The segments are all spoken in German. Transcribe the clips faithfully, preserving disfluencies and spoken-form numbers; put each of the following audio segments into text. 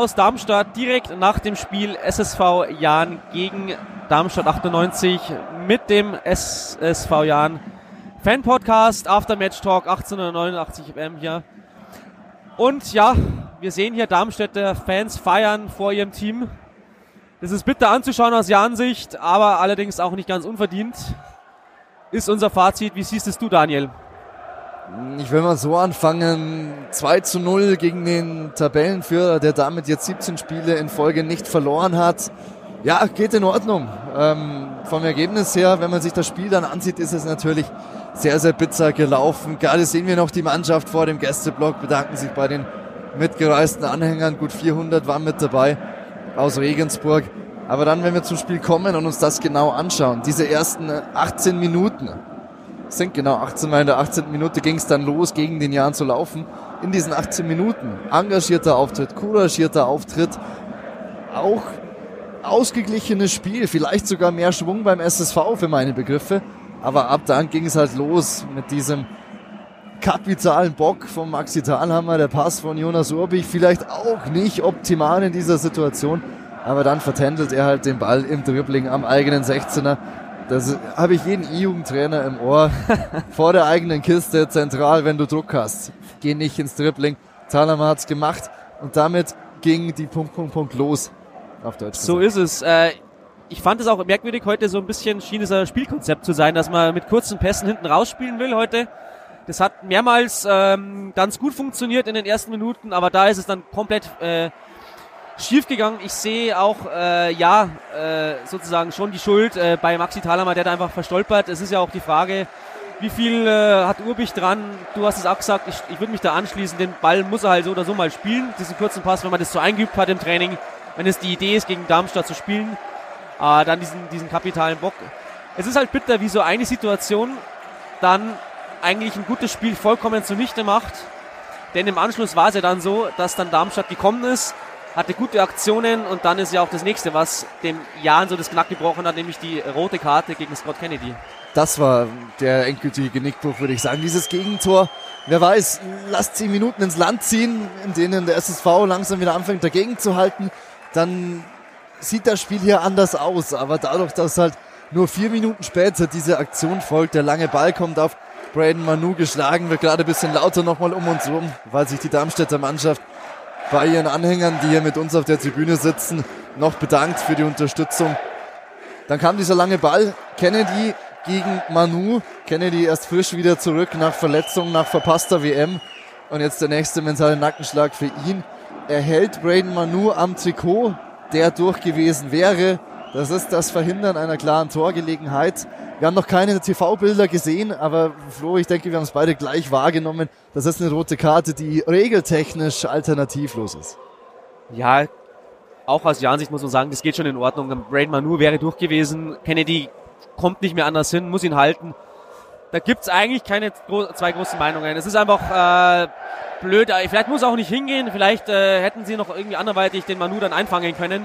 aus Darmstadt direkt nach dem Spiel S S V Jahn gegen Darmstadt achtundneunzig mit dem S S V Jahn Fan-Podcast After Match Talk achtzehnhundertneunundachtzig F M hier. Und ja, wir sehen hier Darmstädter Fans feiern vor ihrem Team. Das ist bitter anzuschauen aus Jahn-Sicht, aber allerdings auch nicht ganz unverdient. Ist unser Fazit. Wie siehst es du, Daniel? Ich will mal so anfangen, zwei zu null gegen den Tabellenführer, der damit jetzt siebzehn Spiele in Folge nicht verloren hat. Ja, geht in Ordnung. Ähm, vom Ergebnis her, wenn man sich das Spiel dann ansieht, ist es natürlich sehr, sehr bitter gelaufen. Gerade sehen wir noch die Mannschaft vor dem Gästeblock, bedanken sich bei den mitgereisten Anhängern. Gut vierhundert waren mit dabei aus Regensburg. Aber dann, wenn wir zum Spiel kommen und uns das genau anschauen, diese ersten achtzehn Minuten, sind genau achtzehn, weil in der achtzehnten Minute ging es dann los, gegen den Jahn zu laufen. In diesen achtzehn Minuten engagierter Auftritt, couragierter Auftritt, auch ausgeglichenes Spiel, vielleicht sogar mehr Schwung beim S S V für meine Begriffe. Aber ab dann ging es halt los mit diesem kapitalen Bock von Maxi Thalhammer, der Pass von Jonas Urbich, vielleicht auch nicht optimal in dieser Situation, aber dann vertändelt er halt den Ball im Dribbling am eigenen sechzehner. Das habe ich jeden E-Jugendtrainer im Ohr. Vor der eigenen Kiste, zentral, wenn du Druck hast. Geh nicht ins Dribbling. Thalhammer hat's gemacht und damit ging die Punkt, Punkt, Punkt los. Auf Deutsch gesagt. So ist es. Äh, ich fand es auch merkwürdig, heute so ein bisschen schien es ein Spielkonzept zu sein, dass man mit kurzen Pässen hinten rausspielen will heute. Das hat mehrmals ähm, ganz gut funktioniert in den ersten Minuten, aber da ist es dann komplett äh, schief gegangen. Ich sehe auch, äh, ja, äh, sozusagen schon die Schuld äh, bei Maxi Thalhammer, der da einfach verstolpert. Es ist ja auch die Frage, wie viel äh, hat Urbich dran? Du hast es auch gesagt, ich, ich würde mich da anschließen. Den Ball muss er halt so oder so mal spielen, diesen kurzen Pass, wenn man das so eingeübt hat im Training. Wenn es die Idee ist, gegen Darmstadt zu spielen, äh, dann diesen, diesen kapitalen Bock. Es ist halt bitter, wie so eine Situation dann eigentlich ein gutes Spiel vollkommen zunichte macht. Denn im Anschluss war es ja dann so, dass dann Darmstadt gekommen ist, hatte gute Aktionen und dann ist ja auch das nächste, was dem Jahn so das Knack gebrochen hat, nämlich die rote Karte gegen Scott Kennedy. Das war der endgültige Genickbruch, würde ich sagen. Dieses Gegentor, wer weiß, lasst zehn Minuten ins Land ziehen, in denen der S S V langsam wieder anfängt dagegen zu halten, dann sieht das Spiel hier anders aus. Aber dadurch, dass halt nur vier Minuten später diese Aktion folgt, der lange Ball kommt auf Braden Manu geschlagen, wird gerade ein bisschen lauter nochmal um uns rum, weil sich die Darmstädter Mannschaft bei ihren Anhängern, die hier mit uns auf der Tribüne sitzen, noch bedankt für die Unterstützung. Dann kam dieser lange Ball, Kennedy gegen Manu. Kennedy erst frisch wieder zurück nach Verletzung, nach verpasster W M. Und jetzt der nächste mentale Nackenschlag für ihn. Er hält Braden Manu am Trikot, der durch gewesen wäre. Das ist das Verhindern einer klaren Torgelegenheit. Wir haben noch keine T V-Bilder gesehen, aber Flo, ich denke, wir haben es beide gleich wahrgenommen. Das ist eine rote Karte, die regeltechnisch alternativlos ist. Ja, auch aus Jahn-Sicht muss man sagen, das geht schon in Ordnung. Braden Manu wäre durch gewesen. Kennedy kommt nicht mehr anders hin, muss ihn halten. Da gibt's eigentlich keine gro- zwei großen Meinungen. Es ist einfach äh, blöd. Vielleicht muss er auch nicht hingehen. Vielleicht äh, hätten sie noch irgendwie anderweitig den Manu dann einfangen können.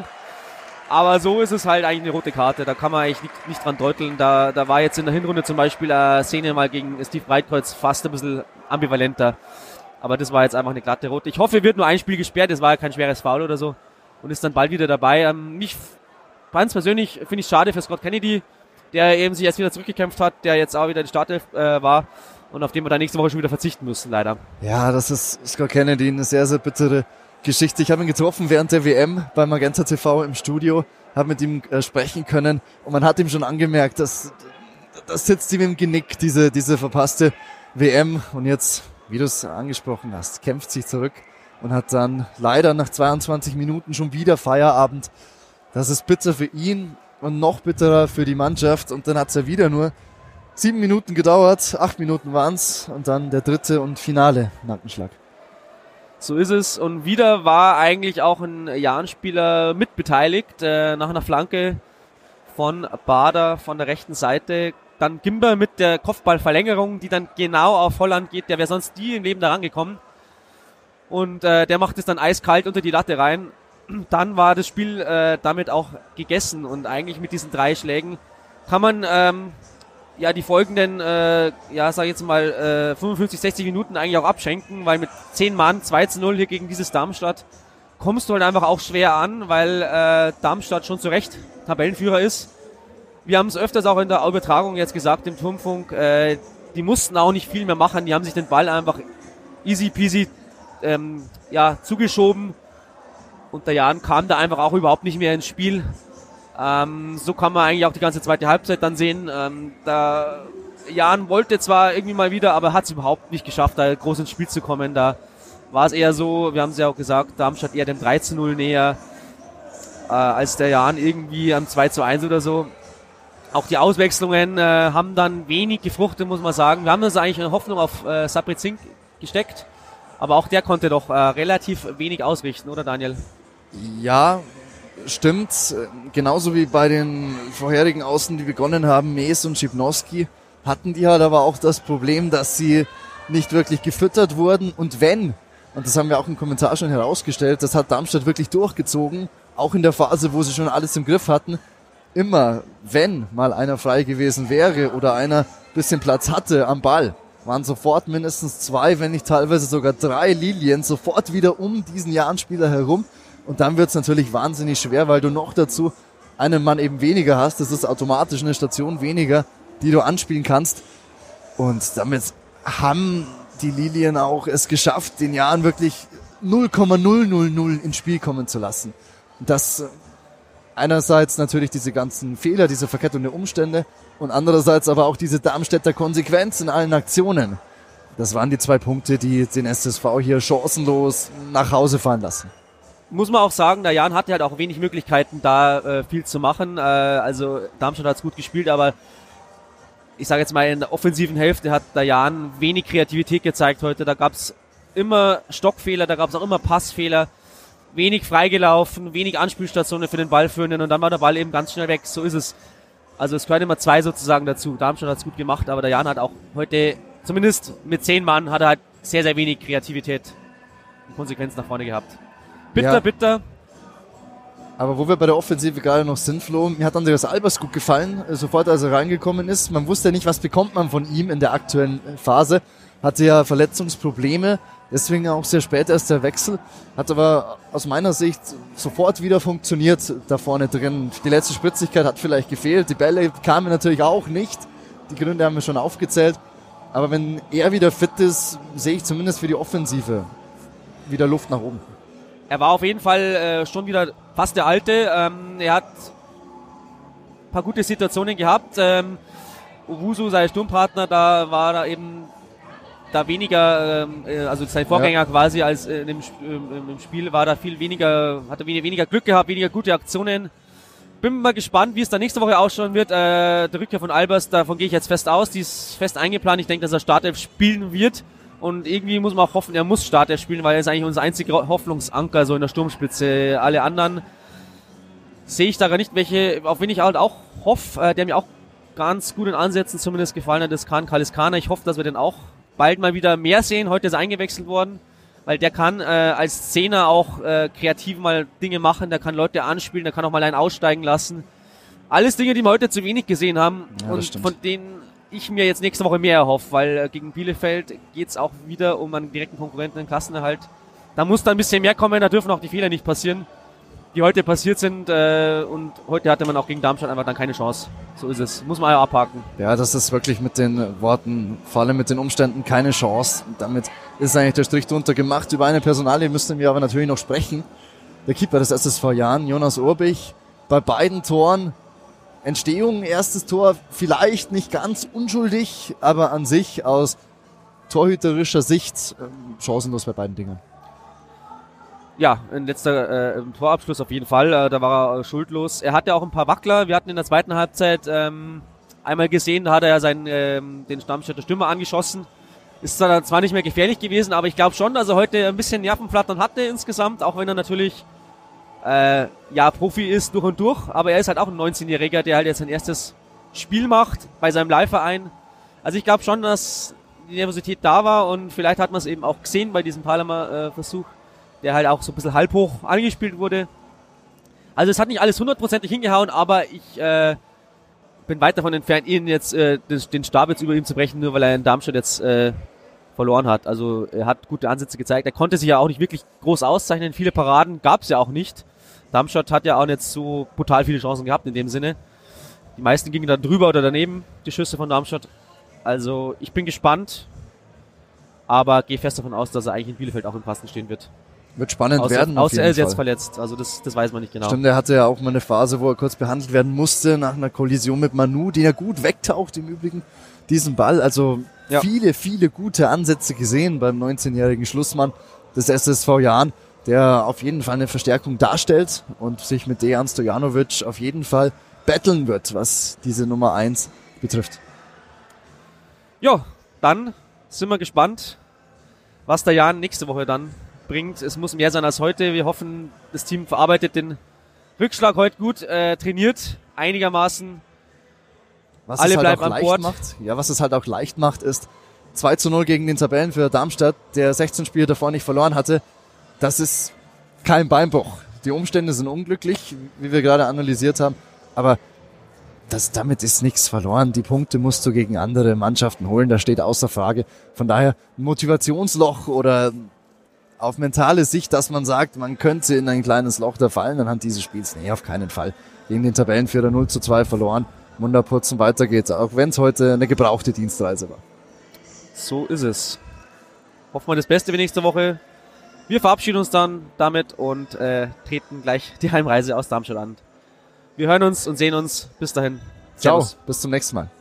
Aber so ist es halt eigentlich eine rote Karte. Da kann man eigentlich nicht, nicht dran deuteln. Da, da war jetzt in der Hinrunde zum Beispiel eine Szene mal gegen Steve Breitkreuz fast ein bisschen ambivalenter. Aber das war jetzt einfach eine glatte rote. Ich hoffe, er wird nur ein Spiel gesperrt. Das war ja kein schweres Foul oder so. Und ist dann bald wieder dabei. Ähm, mich, ganz persönlich finde ich schade für Scott Kennedy, der eben sich jetzt wieder zurückgekämpft hat, der jetzt auch wieder die Startelf äh, war und auf den wir dann nächste Woche schon wieder verzichten müssen, leider. Ja, das ist Scott Kennedy, eine sehr, sehr bittere Geschichte. Ich habe ihn getroffen während der W M bei Magenta T V im Studio, habe mit ihm äh, sprechen können und man hat ihm schon angemerkt, dass das sitzt ihm im Genick, diese, diese verpasste W M. Und jetzt, wie du es angesprochen hast, kämpft sich zurück und hat dann leider nach zweiundzwanzig Minuten schon wieder Feierabend. Das ist bitter für ihn und noch bitterer für die Mannschaft. Und dann hat es ja wieder nur sieben Minuten gedauert, acht Minuten waren's und dann der dritte und finale Nackenschlag. So ist es. Und wieder war eigentlich auch ein Jahn-Spieler mitbeteiligt, äh, nach einer Flanke von Bader von der rechten Seite. Dann Gimber mit der Kopfballverlängerung, die dann genau auf Holland geht. Der wäre sonst nie im Leben da rangekommen. Und äh, der macht es dann eiskalt unter die Latte rein. Dann war das Spiel äh, damit auch gegessen. Und eigentlich mit diesen drei Schlägen kann man ähm, ja die folgenden, äh, ja sag ich jetzt mal, äh, fünfundfünfzig, sechzig Minuten eigentlich auch abschenken, weil mit zehn Mann zwei zu null hier gegen dieses Darmstadt kommst du halt einfach auch schwer an, weil äh, Darmstadt schon zu Recht Tabellenführer ist. Wir haben es öfters auch in der Übertragung jetzt gesagt im Turmfunk, äh, die mussten auch nicht viel mehr machen, die haben sich den Ball einfach easy peasy ähm, ja, zugeschoben und der Jan kam da einfach auch überhaupt nicht mehr ins Spiel. Ähm, so kann man eigentlich auch die ganze zweite Halbzeit dann sehen. Ähm, der Jan wollte zwar irgendwie mal wieder, aber hat es überhaupt nicht geschafft, da groß ins Spiel zu kommen. Da war es eher so, wir haben es ja auch gesagt, Darmstadt eher dem drei zu null näher, äh, als der Jan irgendwie am zwei zu eins oder so. Auch die Auswechslungen äh, haben dann wenig gefruchtet, muss man sagen. Wir haben uns eigentlich eine Hoffnung auf äh, Sabri Zink gesteckt, aber auch der konnte doch äh, relativ wenig ausrichten, oder Daniel? Ja, stimmt. Genauso wie bei den vorherigen Außen, die begonnen haben, Mees und Schipnowski, hatten die halt aber auch das Problem, dass sie nicht wirklich gefüttert wurden. Und wenn, und das haben wir auch im Kommentar schon herausgestellt, das hat Darmstadt wirklich durchgezogen, auch in der Phase, wo sie schon alles im Griff hatten, immer, wenn mal einer frei gewesen wäre oder einer ein bisschen Platz hatte am Ball, waren sofort mindestens zwei, wenn nicht teilweise sogar drei Lilien sofort wieder um diesen Jahn-Spieler herum. Und dann wird es natürlich wahnsinnig schwer, weil du noch dazu einen Mann eben weniger hast. Das ist automatisch eine Station weniger, die du anspielen kannst. Und damit haben die Lilien auch es geschafft, den Jahn wirklich null Komma null null null ins Spiel kommen zu lassen. Und das einerseits natürlich diese ganzen Fehler, diese Verkettung der Umstände und andererseits aber auch diese Darmstädter Konsequenz in allen Aktionen. Das waren die zwei Punkte, die den S S V hier chancenlos nach Hause fahren lassen. Muss man auch sagen, der Jan hatte halt auch wenig Möglichkeiten, da äh, viel zu machen. Äh, also Darmstadt hat es gut gespielt, aber ich sage jetzt mal, in der offensiven Hälfte hat der Jan wenig Kreativität gezeigt heute. Da gab es immer Stockfehler, da gab es auch immer Passfehler. Wenig freigelaufen, wenig Anspielstationen für den Ballführenden und dann war der Ball eben ganz schnell weg. So ist es. Also es gehören immer zwei sozusagen dazu. Darmstadt hat es gut gemacht, aber der Jan hat auch heute, zumindest mit zehn Mann, hat er halt sehr, sehr wenig Kreativität und Konsequenz nach vorne gehabt. Bitter, ja. bitter. Aber wo wir bei der Offensive gerade noch sind, Flo, mir hat Andreas Albers gut gefallen, sofort als er reingekommen ist. Man wusste ja nicht, was bekommt man von ihm in der aktuellen Phase. Hatte ja Verletzungsprobleme. Deswegen auch sehr spät erst der Wechsel, hat aber aus meiner Sicht sofort wieder funktioniert da vorne drin. Die letzte Spritzigkeit hat vielleicht gefehlt, die Bälle kamen natürlich auch nicht, die Gründe haben wir schon aufgezählt, aber wenn er wieder fit ist, sehe ich zumindest für die Offensive wieder Luft nach oben. Er war auf jeden Fall äh, schon wieder fast der Alte, ähm, er hat ein paar gute Situationen gehabt, ähm, Owusu, sein Sturmpartner, da war er eben da weniger, also sein Vorgänger ja. quasi als äh, im, äh, im Spiel war da viel weniger, hatte weniger Glück gehabt, weniger gute Aktionen. Bin mal gespannt, wie es da nächste Woche ausschauen wird. Äh, der Rückkehr von Albers, davon gehe ich jetzt fest aus, die ist fest eingeplant. Ich denke, dass er Startelf spielen wird und irgendwie muss man auch hoffen, er muss Startelf spielen, weil er ist eigentlich unser einziger Hoffnungsanker so in der Sturmspitze. Alle anderen sehe ich da gar nicht, welche, auf wen ich halt auch hoffe, äh, der mir auch ganz gut in Ansätzen zumindest gefallen hat, das Khan Kaliskana. Ich hoffe, dass wir den auch bald mal wieder mehr sehen. Heute ist er eingewechselt worden, weil der kann äh, als Zehner auch äh, kreativ mal Dinge machen, der kann Leute anspielen, der kann auch mal einen aussteigen lassen. Alles Dinge, die wir heute zu wenig gesehen haben ja, und stimmt. von denen ich mir jetzt nächste Woche mehr erhoffe, weil äh, gegen Bielefeld geht's auch wieder um einen direkten Konkurrenten im Klassenerhalt. Da muss da ein bisschen mehr kommen, da dürfen auch die Fehler nicht passieren, die heute passiert sind äh, und heute hatte man auch gegen Darmstadt einfach dann keine Chance. So ist es. Muss man ja abhaken. Ja, das ist wirklich mit den Worten, vor allem mit den Umständen, keine Chance. Und damit ist eigentlich der Strich drunter gemacht. Über eine Personalie müssten wir aber natürlich noch sprechen. Der Keeper des S S V Jahn, Jonas Urbich, bei beiden Toren Entstehung, erstes Tor, vielleicht nicht ganz unschuldig, aber an sich aus torhüterischer Sicht äh, chancenlos bei beiden Dingern. Ja, ein letzter äh, Torabschluss auf jeden Fall, äh, da war er äh, schuldlos. Er hatte auch ein paar Wackler, wir hatten in der zweiten Halbzeit ähm, einmal gesehen, da hat er ja seinen, ähm, den Darmstädter Stürmer angeschossen. Ist zwar, zwar nicht mehr gefährlich gewesen, aber ich glaube schon, dass er heute ein bisschen Nervenflattern hatte insgesamt, auch wenn er natürlich äh, ja Profi ist durch und durch, aber er ist halt auch ein neunzehnjähriger, der halt jetzt sein erstes Spiel macht bei seinem Leihverein. Also ich glaube schon, dass die Nervosität da war und vielleicht hat man es eben auch gesehen bei diesem Palamer-Versuch, der halt auch so ein bisschen halb hoch angespielt wurde. Also es hat nicht alles hundertprozentig hingehauen, aber ich äh, bin weit davon entfernt, ihn jetzt äh, den, den Stab jetzt über ihm zu brechen, nur weil er in Darmstadt jetzt äh, verloren hat. Also er hat gute Ansätze gezeigt. Er konnte sich ja auch nicht wirklich groß auszeichnen. Viele Paraden gab es ja auch nicht. Darmstadt hat ja auch nicht so brutal viele Chancen gehabt in dem Sinne. Die meisten gingen dann drüber oder daneben, die Schüsse von Darmstadt. Also ich bin gespannt, aber gehe fest davon aus, dass er eigentlich in Bielefeld auch im Kasten stehen wird. Wird spannend außer, werden. Außer er ist jetzt verletzt, also das, das weiß man nicht genau. Stimmt, er hatte ja auch mal eine Phase, wo er kurz behandelt werden musste nach einer Kollision mit Manu, die ja gut wegtaucht im Übrigen, diesen Ball. Also ja. viele, viele gute Ansätze gesehen beim neunzehnjährigen Schlussmann des S S V Jahn, der auf jeden Fall eine Verstärkung darstellt und sich mit Dejan Stojanovic auf jeden Fall battlen wird, was diese Nummer eins betrifft. Ja, dann sind wir gespannt, was der Jan nächste Woche dann bringt. Es muss mehr sein als heute. Wir hoffen, das Team verarbeitet den Rückschlag heute gut, äh, trainiert einigermaßen. Was Alle es halt bleiben auch an leicht Bord. Macht, ja, was es halt auch leicht macht, ist zwei zu null gegen den Tabellenführer Darmstadt, der sechzehn Spiele davor nicht verloren hatte. Das ist kein Beinbruch. Die Umstände sind unglücklich, wie wir gerade analysiert haben, aber das, damit ist nichts verloren. Die Punkte musst du gegen andere Mannschaften holen, das steht außer Frage. Von daher ein Motivationsloch oder auf mentale Sicht, dass man sagt, man könnte in ein kleines Loch da fallen anhand dieses Spiels. Nee, auf keinen Fall. Gegen den Tabellenführer null zu zwei verloren. Munderputzen, weiter geht's. Auch wenn es heute eine gebrauchte Dienstreise war. So ist es. Hoffen wir das Beste für nächste Woche. Wir verabschieden uns dann damit und äh, treten gleich die Heimreise aus Darmstadt an. Wir hören uns und sehen uns. Bis dahin. Ciao, Servus. bis zum nächsten Mal.